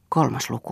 3. luku.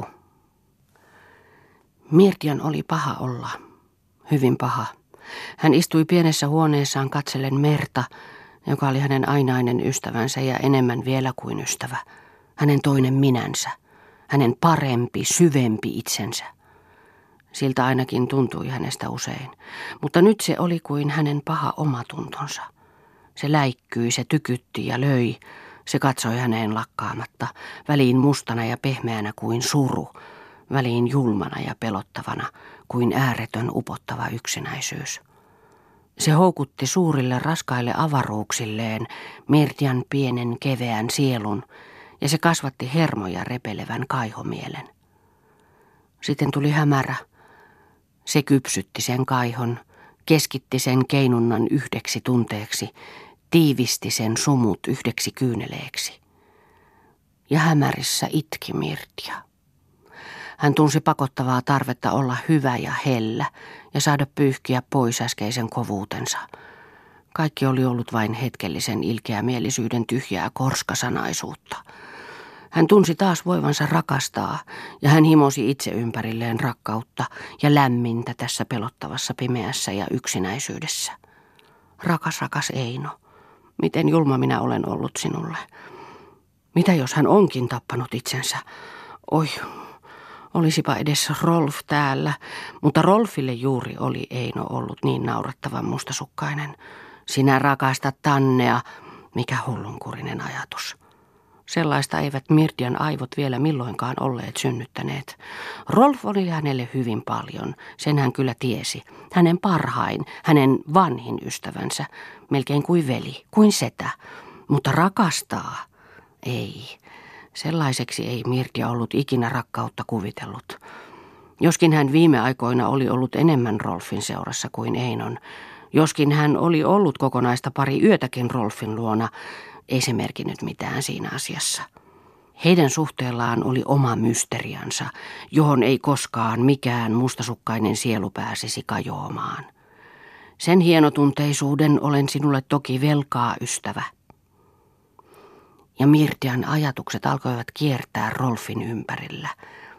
Mirtian oli paha olla. Hyvin paha. Hän istui pienessä huoneessaan katsellen merta, joka oli hänen ainainen ystävänsä ja enemmän vielä kuin ystävä. Hänen toinen minänsä. Hänen parempi, syvempi itsensä. Siltä ainakin tuntui hänestä usein. Mutta nyt se oli kuin hänen paha omatuntonsa. Se läikkyi, se tykytti ja löi. Se katsoi häneen lakkaamatta, väliin mustana ja pehmeänä kuin suru, väliin julmana ja pelottavana kuin ääretön upottava yksinäisyys. Se houkutti suurille raskaille avaruuksilleen Mirtian pienen keveän sielun, ja se kasvatti hermoja repelevän kaihomielen. Sitten tuli hämärä. Se kypsytti sen kaihon, keskitti sen keinunnan yhdeksi tunteeksi, tiivisti sen sumut yhdeksi kyyneleeksi. Ja hämärissä itki Mirtia. Hän tunsi pakottavaa tarvetta olla hyvä ja hellä ja saada pyyhkiä pois äskeisen kovuutensa. Kaikki oli ollut vain hetkellisen ilkeämielisyyden tyhjää korskasanaisuutta. Hän tunsi taas voivansa rakastaa ja hän himosi itse ympärilleen rakkautta ja lämmintä tässä pelottavassa pimeässä ja yksinäisyydessä. Rakas Eino, miten julma minä olen ollut sinulle. Mitä jos hän onkin tappanut itsensä? Oi, olisipa edes Rolf täällä, mutta Rolfille juuri oli Eino ollut niin naurattavan mustasukkainen. Sinä rakastat Tannea, mikä hullunkurinen ajatus. Sellaista eivät Mirtian aivot vielä milloinkaan olleet synnyttäneet. Rolf oli hänelle hyvin paljon, sen hän kyllä tiesi. Hänen parhain, hänen vanhin ystävänsä, melkein kuin veli, kuin setä. Mutta rakastaa? Ei. Sellaiseksi ei Mirtia ollut ikinä rakkautta kuvitellut. Joskin hän viime aikoina oli ollut enemmän Rolfin seurassa kuin Einon. Joskin hän oli ollut kokonaista pari yötäkin Rolfin luona, ei se merkinnyt mitään siinä asiassa. Heidän suhteellaan oli oma mysteriansa, johon ei koskaan mikään mustasukkainen sielu pääsisi kajoamaan. Sen hienotunteisuuden olen sinulle toki velkaa, ystävä. Ja Mirtian ajatukset alkoivat kiertää Rolfin ympärillä.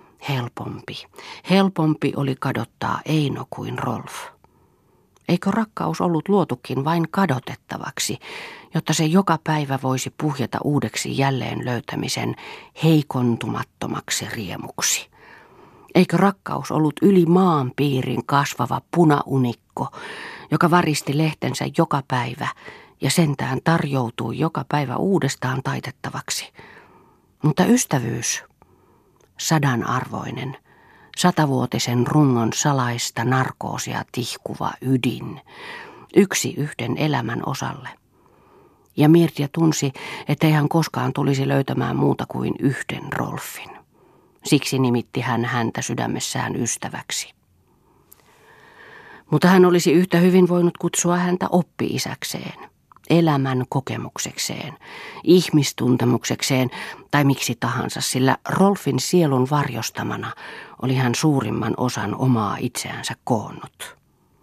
Helpompi oli kadottaa Eino kuin Rolf. Eikö rakkaus ollut luotukin vain kadotettavaksi, jotta se joka päivä voisi puhjeta uudeksi jälleen löytämisen heikontumattomaksi riemuksi? Eikö rakkaus ollut yli maanpiirin kasvava punaunikko, joka varisti lehtensä joka päivä ja sentään tarjoutui joka päivä uudestaan taitettavaksi? Mutta ystävyys, 100-arvoinen, 100-vuotisen rungon salaista narkoosia tihkuva ydin, yhden elämän osalle. Ja Mirtia tunsi, ettei hän koskaan tulisi löytämään muuta kuin yhden Rolfin. Siksi nimitti hän häntä sydämessään ystäväksi. Mutta hän olisi yhtä hyvin voinut kutsua häntä oppi-isäkseen, elämän kokemuksekseen, ihmistuntemuksekseen tai miksi tahansa, sillä Rolfin sielun varjostamana oli hän suurimman osan omaa itseänsä koonnut.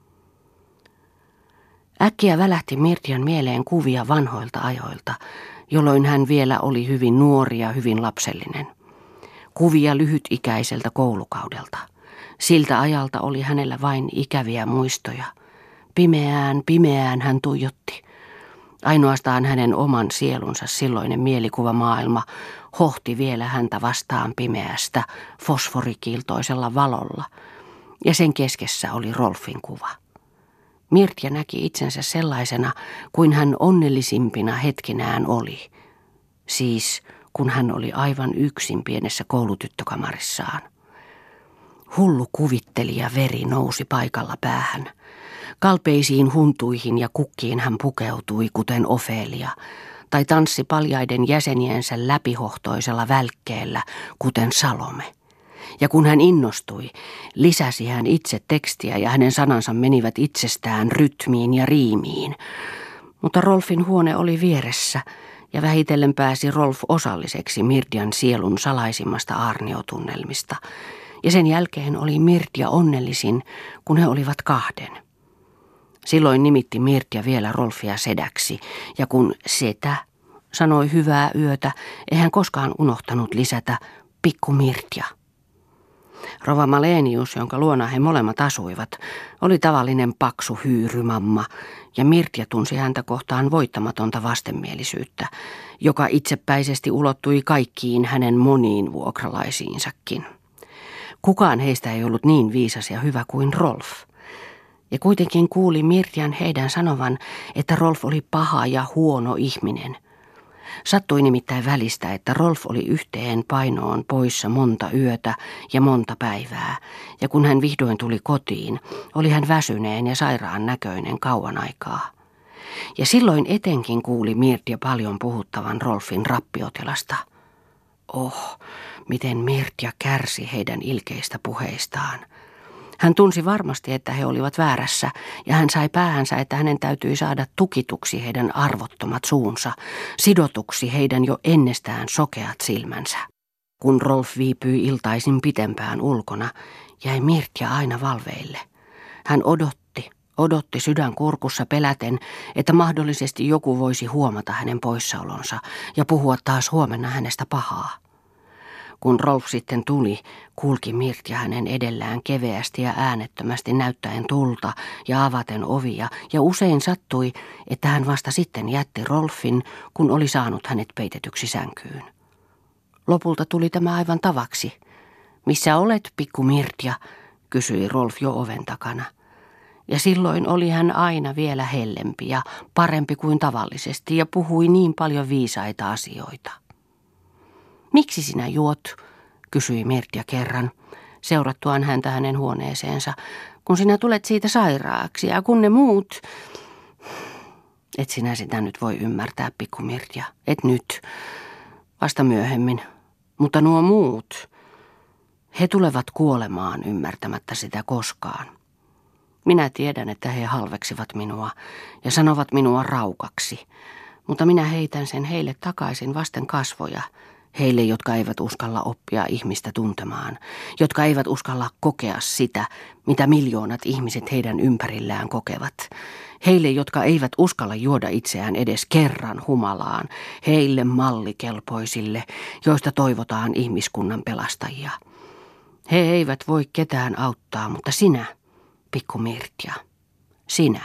Äkkiä välähti Mirtian mieleen kuvia vanhoilta ajoilta, jolloin hän vielä oli hyvin nuori ja hyvin lapsellinen. Kuvia lyhytikäiseltä koulukaudelta. Siltä ajalta oli hänellä vain ikäviä muistoja. Pimeään hän tuijotti. Ainoastaan hänen oman sielunsa silloinen mielikuvamaailma hohti vielä häntä vastaan pimeästä fosforikiltoisella valolla, ja sen keskessä oli Rolfin kuva. Mirtia näki itsensä sellaisena kuin hän onnellisimpina hetkinään oli, siis kun hän oli aivan yksin pienessä koulutyttökamarissaan. Hullu kuvittelija veri nousi paikalla päähän. Kalpeisiin huntuihin ja kukkiin hän pukeutui, kuten Ofelia, tai tanssi paljaiden jäseniensä läpihohtoisella välkkeellä, kuten Salome. Ja kun hän innostui, lisäsi hän itse tekstiä ja hänen sanansa menivät itsestään rytmiin ja riimiin. Mutta Rolfin huone oli vieressä, ja vähitellen pääsi Rolf osalliseksi Mirtian sielun salaisimmasta aarniotunnelmista. Ja sen jälkeen oli Mirtia onnellisin, kun he olivat kahden. Silloin nimitti Mirtia vielä Rolfia sedäksi, ja kun setä sanoi hyvää yötä, ei hän koskaan unohtanut lisätä pikku Mirtja. Rova Malenius, jonka luona he molemmat asuivat, oli tavallinen paksu hyyrymamma, ja Mirtja tunsi häntä kohtaan voittamatonta vastenmielisyyttä, joka itsepäisesti ulottui kaikkiin hänen moniin vuokralaisiinsakin. Kukaan heistä ei ollut niin viisas ja hyvä kuin Rolf. Ja kuitenkin kuuli Mirtjan heidän sanovan, että Rolf oli paha ja huono ihminen. Sattui nimittäin välistä, että Rolf oli yhteen painoon poissa monta yötä ja monta päivää, ja kun hän vihdoin tuli kotiin, oli hän väsyneen ja sairaan näköinen kauan aikaa. Ja silloin etenkin kuuli Mirtja paljon puhuttavan Rolfin rappiotilasta. Miten Mirtja kärsi heidän ilkeistä puheistaan. Hän tunsi varmasti, että he olivat väärässä, ja hän sai päähänsä, että hänen täytyi saada tukituksi heidän arvottomat suunsa, sidotuksi heidän jo ennestään sokeat silmänsä. Kun Rolf viipyi iltaisin pitempään ulkona, jäi Mirtja aina valveille. Hän odotti sydän kurkussa peläten, että mahdollisesti joku voisi huomata hänen poissaolonsa ja puhua taas huomenna hänestä pahaa. Kun Rolf sitten tuli, kulki Mirtja hänen edellään keveästi ja äänettömästi näyttäen tulta ja avaten ovia, ja usein sattui, että hän vasta sitten jätti Rolfin, kun oli saanut hänet peitetyksi sänkyyn. Lopulta tuli tämä aivan tavaksi. Missä olet, pikku Mirtja, kysyi Rolf jo oven takana. Ja silloin oli hän aina vielä hellempi ja parempi kuin tavallisesti ja puhui niin paljon viisaita asioita. Miksi sinä juot, kysyi Mirtja kerran, seurattuaan häntä hänen huoneeseensa, kun sinä tulet siitä sairaaksi ja kun ne muut... Et sinä sitä nyt voi ymmärtää, pikku Mirtja, et nyt, vasta myöhemmin, mutta nuo muut, he tulevat kuolemaan ymmärtämättä sitä koskaan. Minä tiedän, että he halveksivat minua ja sanovat minua raukaksi, mutta minä heitän sen heille takaisin vasten kasvoja, heille, jotka eivät uskalla oppia ihmistä tuntemaan, jotka eivät uskalla kokea sitä, mitä miljoonat ihmiset heidän ympärillään kokevat. Heille, jotka eivät uskalla juoda itseään edes kerran humalaan, heille mallikelpoisille, joista toivotaan ihmiskunnan pelastajia. He eivät voi ketään auttaa, mutta sinä, pikku Mirtja, sinä.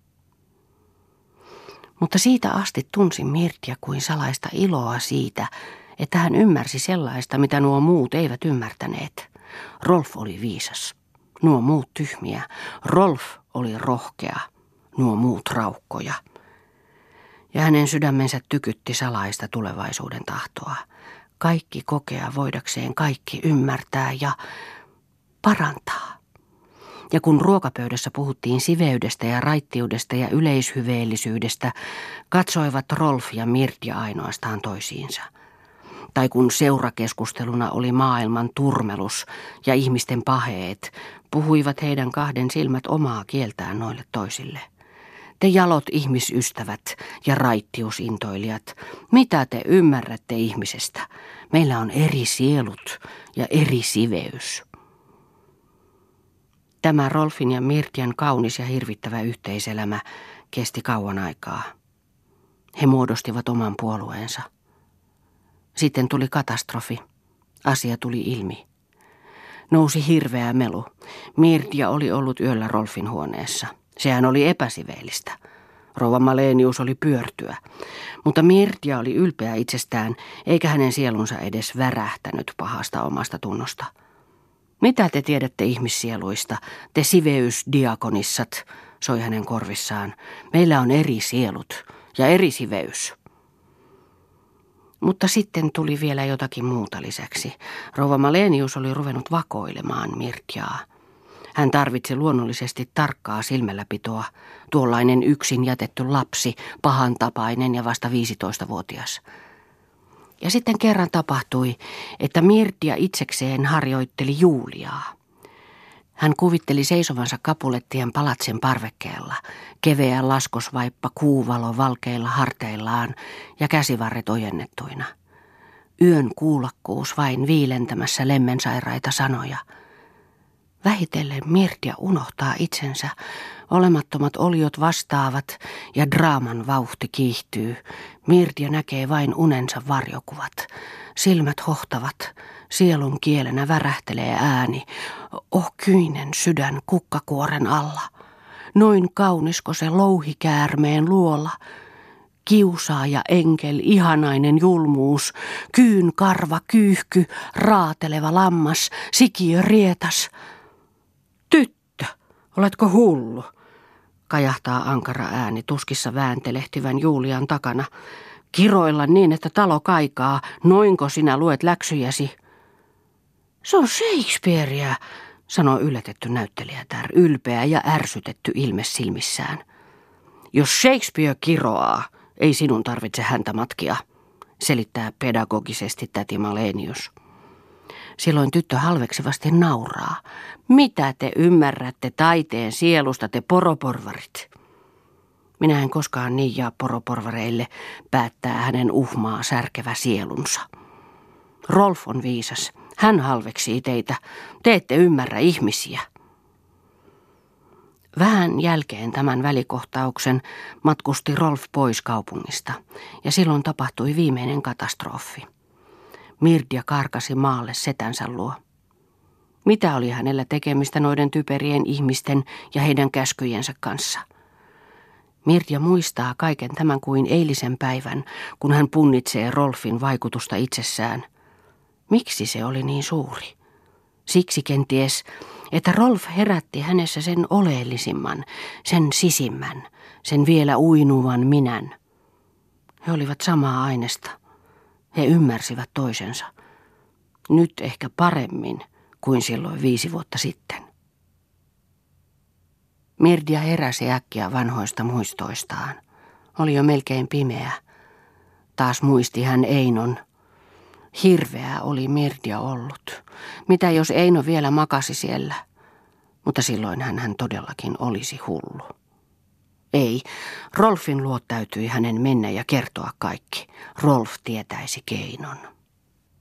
Mutta siitä asti tunsi Mirtja kuin salaista iloa siitä, että hän ymmärsi sellaista, mitä nuo muut eivät ymmärtäneet. Rolf oli viisas, nuo muut tyhmiä. Rolf oli rohkea, nuo muut raukkoja. Ja hänen sydämensä tykytti salaista tulevaisuuden tahtoa. Kaikki kokea voidakseen kaikki ymmärtää ja parantaa. Ja kun ruokapöydässä puhuttiin siveydestä ja raittiudesta ja yleishyveellisyydestä, katsoivat Rolf ja Mirtja ainoastaan toisiinsa. Tai kun seurakeskusteluna oli maailman turmelus ja ihmisten paheet, puhuivat heidän kahden silmät omaa kieltään noille toisille. Te jalot ihmisystävät ja raittiusintoilijat, mitä te ymmärrätte ihmisestä? Meillä on eri sielut ja eri siveys. Tämä Rolfin ja Mirtjan kaunis ja hirvittävä yhteiselämä kesti kauan aikaa. He muodostivat oman puolueensa. Sitten tuli katastrofi. Asia tuli ilmi. Nousi hirveä melu. Mirtja oli ollut yöllä Rolfin huoneessa. Sehän oli epäsiveellistä. Rouva Malenius oli pyörtyä. Mutta Mirtja oli ylpeä itsestään, eikä hänen sielunsa edes värähtänyt pahasta omasta tunnosta. Mitä te tiedätte ihmissieluista, te siveysdiakonissat, soi hänen korvissaan. Meillä on eri sielut ja eri siveys. Mutta sitten tuli vielä jotakin muuta lisäksi. Rouva Malenius oli ruvennut vakoilemaan Mirtjaa. Hän tarvitsi luonnollisesti tarkkaa silmälläpitoa, tuollainen yksin jätetty lapsi, pahantapainen ja vasta 15-vuotias. Ja sitten kerran tapahtui, että Mirtja itsekseen harjoitteli Juliaa. Hän kuvitteli seisovansa Capulettien palatsin parvekkeella, keveä laskosvaippa kuuvalo valkeilla harteillaan ja käsivarret ojennettuina. Yön kuulakkuus vain viilentämässä lemmensairaita sanoja. Vähitellen Mirtja unohtaa itsensä, olemattomat oliot vastaavat ja draaman vauhti kiihtyy. Mirtja näkee vain unensa varjokuvat. Silmät hohtavat, Sielun kielenä värähtelee ääni, ohkyinen sydän kukkakuoren alla. Noin kaunisko se louhikäärmeen luola. Kiusaaja enkel, ihanainen julmuus, kyyn karva kyyhky, raateleva lammas, sikiö rietas. Tyttö, oletko hullu? Kajahtaa ankara ääni tuskissa vääntelehtivän Julian takana. Kiroilla niin, että talo kaikaa, noinko sinä luet läksyjäsi? Se on Shakespearea, sanoi yllätetty näyttelijätär, ylpeä ja ärsytetty ilme silmissään. Jos Shakespeare kiroaa, ei sinun tarvitse häntä matkia, selittää pedagogisesti täti Malenius. Silloin tyttö halveksivasti nauraa. Mitä te ymmärrätte taiteen sielusta, te poroporvarit? Minä en koskaan niin jaa poroporvareille, päättää hänen uhmaa särkevä sielunsa. Rolf on viisas. Hän halveksii teitä. Te ette ymmärrä ihmisiä. Vähän jälkeen tämän välikohtauksen matkusti Rolf pois kaupungista, ja silloin tapahtui viimeinen katastrofi. Mirdia karkasi maalle setänsä luo. Mitä oli hänellä tekemistä noiden typerien ihmisten ja heidän käskyjensä kanssa? Mirdia muistaa kaiken tämän kuin eilisen päivän, kun hän punnitsee Rolfin vaikutusta itsessään. Miksi se oli niin suuri? Siksi kenties, että Rolf herätti hänessä sen oleellisimman, sen sisimmän, sen vielä uinuvan minän. He olivat samaa ainesta. He ymmärsivät toisensa. Nyt ehkä paremmin kuin silloin 5 vuotta sitten. Mirdia heräsi äkkiä vanhoista muistoistaan. Oli jo melkein pimeä. Taas muisti hän Einon. Hirveä oli Mirdia ollut. Mitä jos Eino vielä makasi siellä? Mutta silloin hän todellakin olisi hullu. Ei, Rolfin luo täytyi hänen mennä ja kertoa kaikki. Rolf tietäisi keinon.